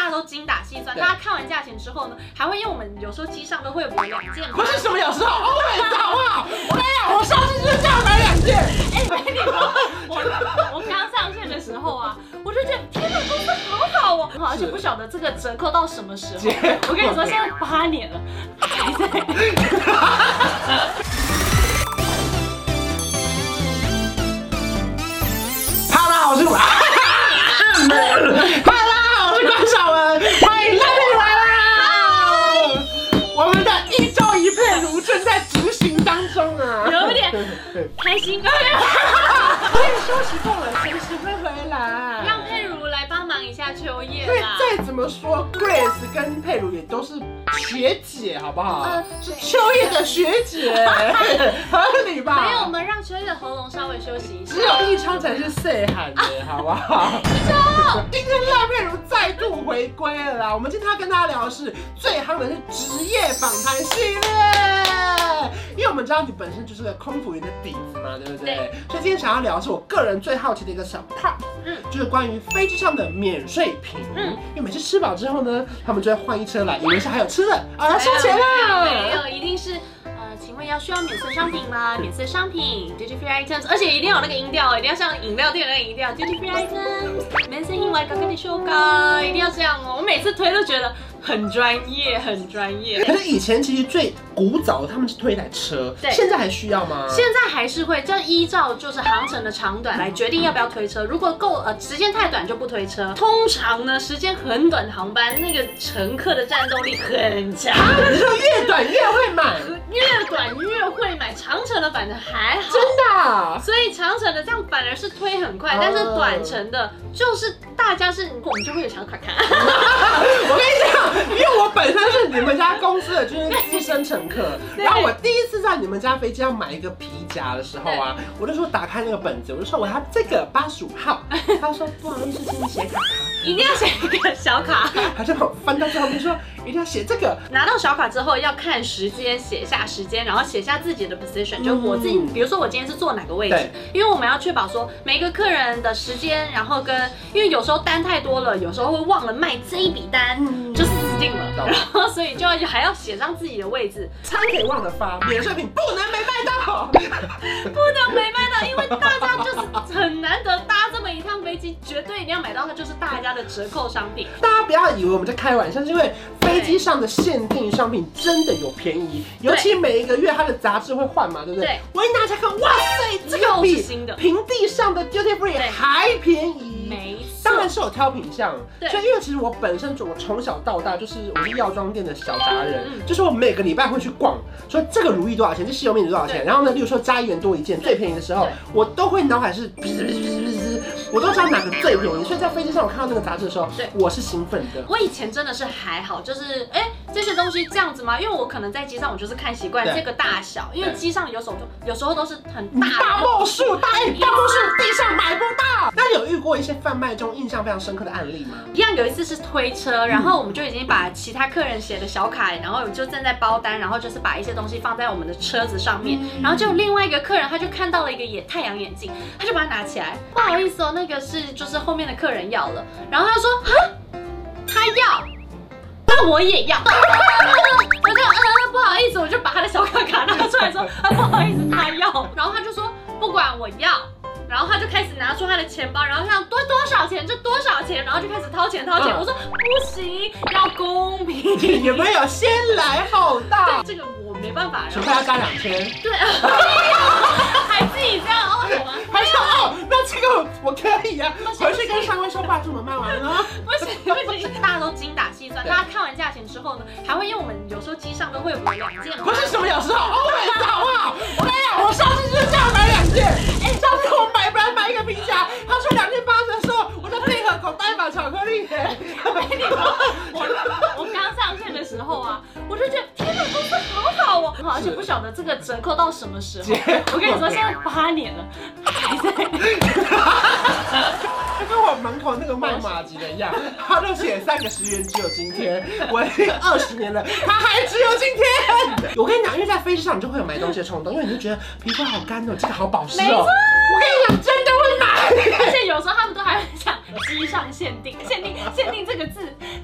家都精打细算，大家看完价钱之后呢，还会用我们有时候机上都会有2件， 不是什么有时候，always 好不好？我跟你讲，我上次就是这样买2件。 哎，没礼貌。我刚上线的时候啊，我就觉得天哪，公司好好哦，而且不晓得这个折扣到什么时候。我跟你说，现在8年了，还在。 我是我是关晓雯，欢迎来啦！我们的1周1配炉正在执行当中啊， 有点开心。 我也休息够了，随时会回来。 让佩如来帮忙一下秋叶因为啦。 再怎么说 ，Grace 跟佩如也都是学姐，好不好？是秋叶的学姐，合理吧？ 没有，我们让秋叶的喉咙稍微休息一下。 只有一昌才是岁喊的，好不好？今天赖佩如再度回归了啦！我们今天要跟大家聊的是最夯的是职业访谈系列，因为我们知道你本身就是个空服员的底子嘛，对不对？所以今天想要聊的是我个人最好奇的一个小 part，就是关于飞机上的免税品。因为每次吃饱之后呢，他们就会换一车来，以为是还有吃的啊，要收钱啦。 没有，一定是。请问需要免税商品吗？免税商品 duty free items， 而且一定要有那个音调，一定要像饮料店的那个音调 duty free items， 免税品外高跟的修改，一定要这样哦。我每次推都觉得很专业，很专业。 可是以前其实最古早的他们是推一台车，现在还需要吗？ 现在还是会，就依照就是航程的长短来决定要不要推车。如果时间太短就不推车。通常呢，时间很短的航班，那个乘客的战斗力很强。 你说越短越会买， 越短越会买，长程的反正还好。 真的啊？ 所以长程的这样反而是推很快，但是短程的，就是大家我们就会有想要看看。 我跟你讲，因为我本身是你们家公司的就是资深乘客，然后我第一次在你们家飞机要买一个皮夹的时候啊，我就说打开那个本子，我就说我要这个85号，他说不好意思，请你写卡卡， 一定要写一个小卡， 他就翻到最后面说一定要写这个。 拿到小卡之后要看时间，写下时间，然后写下自己的 position， 就我自己，比如说我今天是坐哪个位置，因为我们要确保说每一个客人的时间，然后因为有时候单太多了，有时候会忘了卖这一笔单，就死定了，然后所以就还要写上自己的位置。 餐可以忘了发，免税品不能没卖到， 不能没卖到，因为大家就是很难得搭这么一趟飞机，绝对一定要买到它，就是大家的折扣商品。 大家不要以为我们在开玩笑，是因为飞机上的限定商品真的有便宜，尤其每一个月它的杂志会换嘛，对不对？我一拿起来看，哇塞，这个比平地上的 duty free 还便宜。 没错， 当然是有挑品项，所以因为其实我本身我从小到大就是我是药妆店的小达人，就是我每个礼拜会去逛，说这个如意多少钱，这吸油面纸多少钱，然后呢，例如说加1元多一件最便宜的时候，我都会脑海是我都知道哪个最便宜，所以在飞机上我看到那个杂志的时候，我是兴奋的。 我以前真的是还好，就是这些东西这样子吗？因为我可能在机上我就是看习惯这个大小，因为机上有时候都是很大木树，大木树地上买不到。那你有遇过一些贩卖中印象非常深刻的案例吗？ 一样，有一次是推车，然后我们就已经把其他客人写的小卡，然后就正在包单，然后就是把一些东西放在我们的车子上面，然后就另外一个客人他就看到了一个太阳眼镜，他就把它拿起来，不好意思哦，那个就是后面的客人要了，然后他说啊，他要，那我也要，我就不好意思，我就把他的小卡拿出来说不好意思，他要，然后他就说不管我要。然后他就开始拿出他的钱包，然后想多少钱就多少钱，然后就开始掏钱。我说不行，要公平。 有没有先来后到？ 对，这个我没办法。 除非要加2000。 对，还自己这样哦， 还说那这个我可以啊，回去跟上位说霸主们卖完了。 不行，大家都精打细算，大家看完价钱之后呢，还会用我们有时候机上都会有2件。 不是什么有时候，always好不好？我跟你讲，我上次就是这样买2件。上次我本来买一个皮夹，他说2件8折的时候，我在配合口袋买巧克力。 我刚上线的时候啊，我就觉得天哪，公司好好哦，而且不晓得这个折扣到什么时候。我跟你说，现在8年了，还在。 就跟我门口那个卖马吉的一样，他就写3个10元只有今天，我已经20年了，他还只有今天。我跟你讲，因为在飞机上你就会有买东西的冲动，因为你就觉得皮肤好干哦，这个好保湿哦。我跟你讲，真的会买。 而且有时候他们都还会讲机上限定这个字，真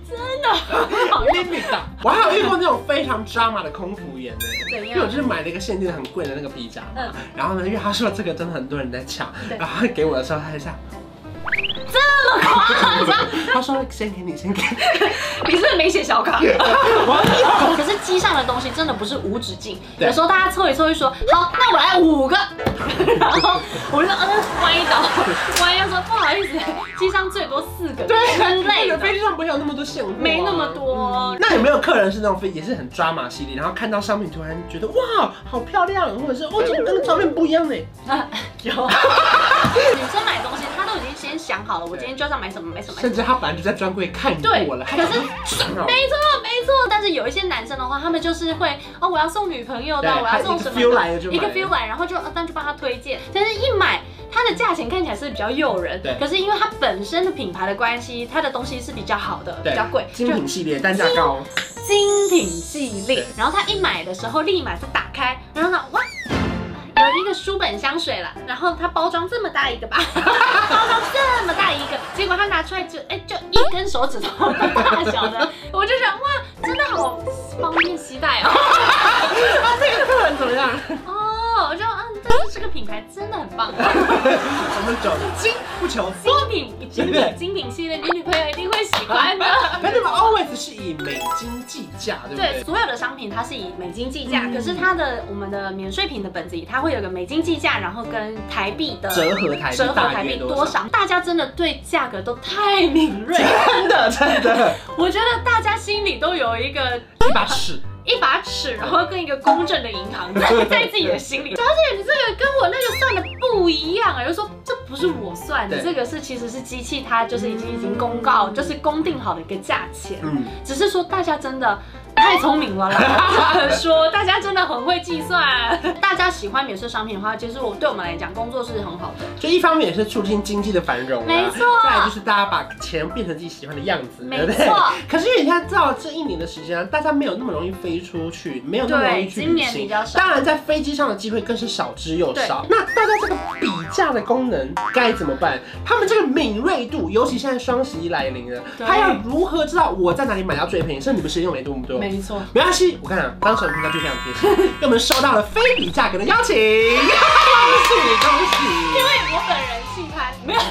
的很好用。 我还有遇过那种非常drama的空服员呢， 怎样？ 因为我就是买了一个限定很贵的那个皮夹嘛，然后呢，因为他说这个真的很多人在抢，然后他给我的时候，他就这样。 这么夸张？ 他说先给你，先给你。 你是不是没写小卡？ 我可是机上的东西真的不是无止境，有时候大家凑一凑就说好，那我来5个，然后我就歪倒，歪要说不好意思，机上最多4个， 对， 累的。 飞机上不会有那么多现货， 没那么多。 那有没有客人是那种也是很drama系列，然后看到商品突然觉得哇好漂亮，或者是哦怎么跟照片不一样呢？ 有。女生买东西，她都已经先想好了，我今天就是要买什么买什么。 甚至她本来就在专柜看过了， 可是没错。但是有一些男生的话，他们就是会哦，我要送女朋友的，我要送什么的，一个 feel 来，然后就就帮他推荐。但是一买，它的价钱看起来是比较诱人，可是因为它本身的品牌的关系，它的东西是比较好的，比较贵， 精品系列，单价高。 精品系列，然后他一买的时候立马就打开，然后呢，哇！有一个书本香水了，然后它包装这么大一个吧，包装这么大一个，结果他拿出来就1根手指头的大小的，我就想哇，真的好方便携带哦。 这个客人怎么样？ 哦，我就但是这个品牌真的很棒。 我们走精不求精品系列，你女朋友一定会喜欢的。 可你们 always 是以美金计价，对不对？ 对，所有的商品它是以美金计价，可是我们的免税品的本子里，它会有个美金计价，然后跟台币的折合台币多少？大家真的对价格都太敏锐， 真的。 我觉得大家心里都有一把尺，然后跟一个公正的银行在自己的心里。而且你这个跟我那个算的不一样啊，有人说这不是我算的，这个其实是机器它就是已经公告，就是公定好的一个价钱。只是说大家真的太聪明了啦！说大家真的很会计算，大家喜欢免税商品的话，其实对我们来讲，工作是很好的。 就一方面也是促进经济的繁荣， 没错。 再来就是大家把钱变成自己喜欢的样子， 没错。 可是因为你看，到这1年的时间，大家没有那么容易飞出去，没有那么容易去旅行， 今年比较少。 当然，在飞机上的机会更是少之又少。那大家这个比价的功能该怎么办？他们这个敏锐度，尤其现在双11来临了，他要如何知道我在哪里买到最便宜？甚至你们时间用没多么多， 没错， 没关系。我看当时我们平台就非常贴心，因为我们收到了非比价格的邀请，恭喜！ 因为我本人姓潘，没有，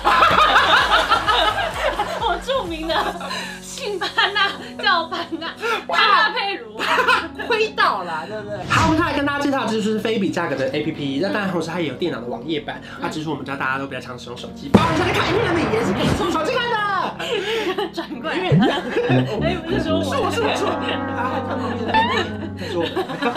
我著名的姓潘呐，叫潘呐，潘娜佩如， 亏到了，对不对？好，我们再来跟大家介绍，这就是非比价格的 APP。那当然，同时它也有电脑的网页版，它只是我们知道大家都比较常使用手机，包含现在看影片的你也是可以从手机看的。 转过来，哎，不是说我， 是我，他还看旁边的，他说，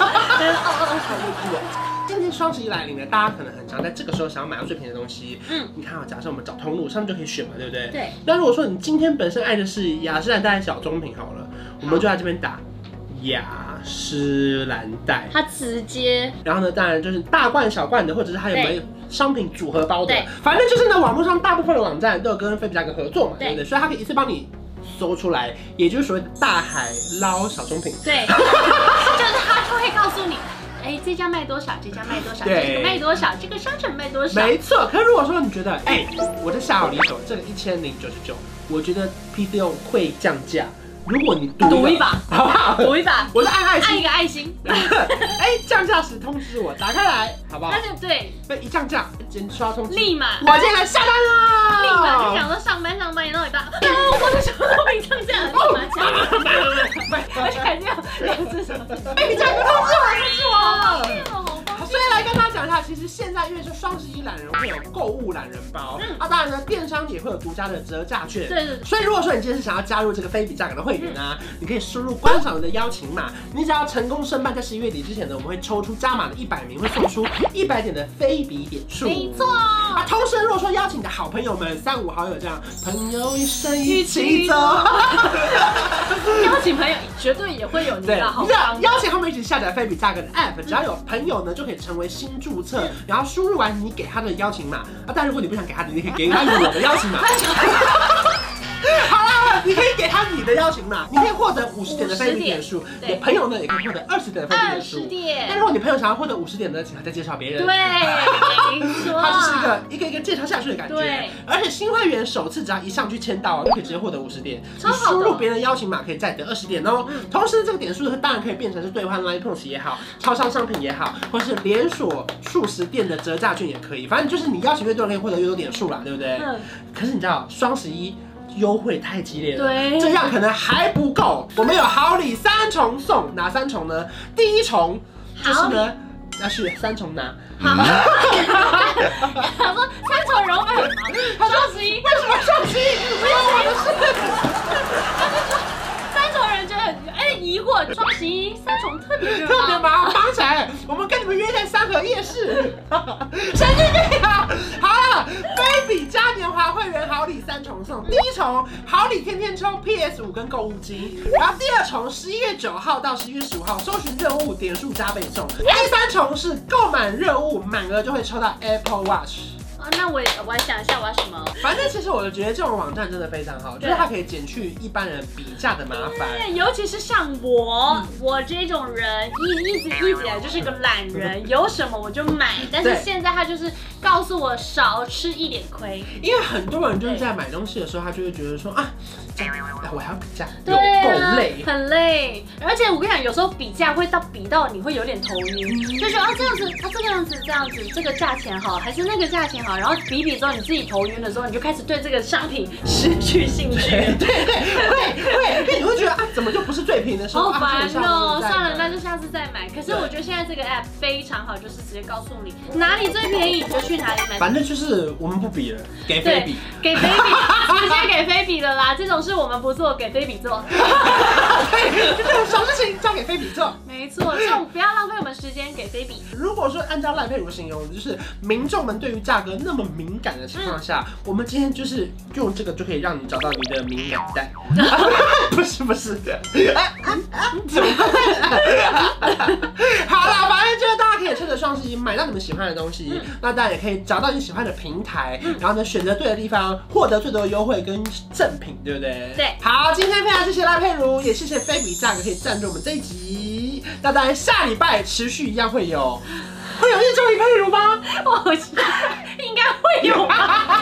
今天双11来临了，大家可能很常在这个时候想要买到最便宜的东西。你看啊，假设我们找通路，上面就可以选嘛，对不对？ 对。 那如果说你今天本身爱的是雅诗兰黛小棕瓶好了，我们就在这边打雅诗兰黛， 它直接。 然后呢，当然就是大罐、小罐的，或者是它有没有商品组合包的，反正就是呢，网络上大部分的网站都有跟非比价格合作嘛，对不对？所以它可以一次帮你搜出来，也就是所谓的大海捞小棕瓶。 对，就是它会告诉你。哎，这家卖多少？这家卖多少？这个卖多少？这个商城卖多少？ 没错。可是如果说你觉得，哎，我在下好离手，这个1099，我觉得 PCO 会降价。如果你赌一把，好不好？ 赌一把， 我是按爱心， 按一个爱心。 哎，降价时通知我，打开来，好不好？ 但是对， 一降价，检刷通知， 立马， 我今天来下单啦！ 立马就想说上班然后一到，我的手都没降价，立马降，而且还这样2只手， 哎，你这样通知我， 所以来跟大家讲一下，其实现在因为是双11懒人会有购物懒人包，当然呢，电商也会有独家的折价券。 对。 所以如果说你今天是想要加入这个非比价格的会员啊，你可以输入观赏人的邀请码，你只要成功申办，在11月底之前呢，我们会抽出加码的100名，会送出100点的非比点数。 没错。 同时如果说邀请你的好朋友们3、5好友这样，朋友一生一起走， 邀请朋友绝对也会有你的好帮， 邀请他们一起下载非比价格的 App， 只要有朋友呢就可以成为新注册，然后输入完你给他的邀请码，但如果你不想给他的，你可以给他我的邀请码。好啦， 你可以给他你的邀请码，你可以获得50点的菲比点数，你的朋友呢也可以获得20点的菲比点数。但如果你朋友想要获得50点呢，请他再介绍别人。 对，没错。 它就是一个介绍下去的感觉。对。而且新会员首次只要一上去签到，就可以直接获得50点。你输入别人的邀请码可以再得20点哦。同时这个点数当然可以变成是兑换 LINE Points 也好，超商商品也好，或是连锁数十店的折价券也可以。反正就是你邀请越多人，可以获得越多点数啦，对不对？可是你知道双11优惠太激烈了，对，这样可能还不够。我们有好礼3重送，哪3重呢？第一重就是呢，要去3重拿。好，他说3重融很忙，他说11，为什么双11？不是我的事。他就说3重人觉得很疑惑，双11、3重特别忙，忙起来。我们跟你们约在3和夜市，神经病啊！好了，菲比嘉年华会员好礼3重送，第一重好礼天天抽 PS5跟购物金，然后第2重11月9号到11月15号搜寻任务点数加倍送，第3重是购买任务满额就会抽到 Apple Watch。 那我想一下我要什么。 反正其实我觉得这种网站真的非常好，就是它可以减去一般人比价的麻烦。 对，尤其是像我这种人，一直以来就是个懒人，有什么我就买。但是现在他就是告诉我少吃一点亏， 因为很多人就是在买东西的时候，他就会觉得说啊，我还要比价， 对够累， 很累。而且我跟你讲，有时候比价会比到你会有点头晕，就说啊这样子，这个样子，这样子，这个价钱好还是那个价钱好？然后比之后你自己头晕的时候，你就开始对这个商品失去兴趣。对，因为你会觉得啊，怎么就不是最便宜的时候？ 好烦哦，算了，那就下次再买。可是我觉得现在这个 app 非常好，就是直接告诉你哪里最便宜你就去哪里买。 反正就是我们不比了，给菲比， 给菲比，直接给菲比了啦。这种事我们不做，给菲比做。 对，这种小事情交给菲比做。 没错，这种不要浪费我们时间，给菲比。 如果说按照赖佩如形容，就是民众们对于价格那么敏感的情况下，我们今天就是用这个就可以让你找到你的敏感带。不是的，怎么办？好啦，反正就是大家可以趁着双11买到你们喜欢的东西，那当然也可以找到你喜欢的平台，然后呢选择对的地方，获得最多的优惠跟赠品，对不对？ 对。好， 今天非常谢谢赖佩如，也谢谢菲比价格可以赞助我们这一集。那当然下礼拜持续一样会有1周1佩如吗？ 我应该会有吧。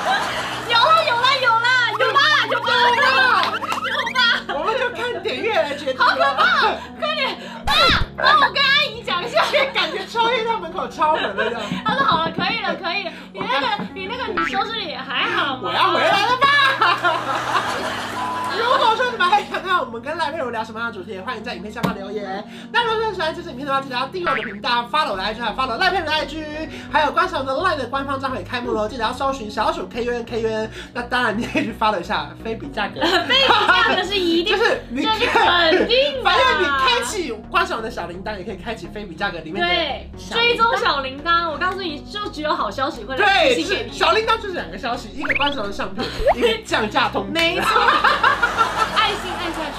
有吧， 我们就看点阅来决定。 好可怕！快点，爸，帮我跟阿姨讲一下。 感觉抽烟到门口敲门了这样。 他说好了，可以了。你收视率也还好吗？ 我要回来了吧？如果说你们还想看我们跟赖佩如聊什么样的主题，欢迎在影片下方留言。那如果说喜欢这支影片的话，记得要订阅我的频道 ，follow 我的 IG， 还有 follow 赖佩如的 IG， 还有观赏我的 LINE 的官方账号也开幕喽，记得要搜寻小鼠 KUN。那当然你也可以去 follow 一下菲比价格， 菲比价格是一定， 就是你肯定， 反正你开启观赏我的小铃铛，也可以开启菲比价格里面的追踪小铃铛。我告诉你，就只有好消息会来提醒给你。 小铃铛就是2个消息，一个观赏的相片，一个降价通知。 没错。爱心按下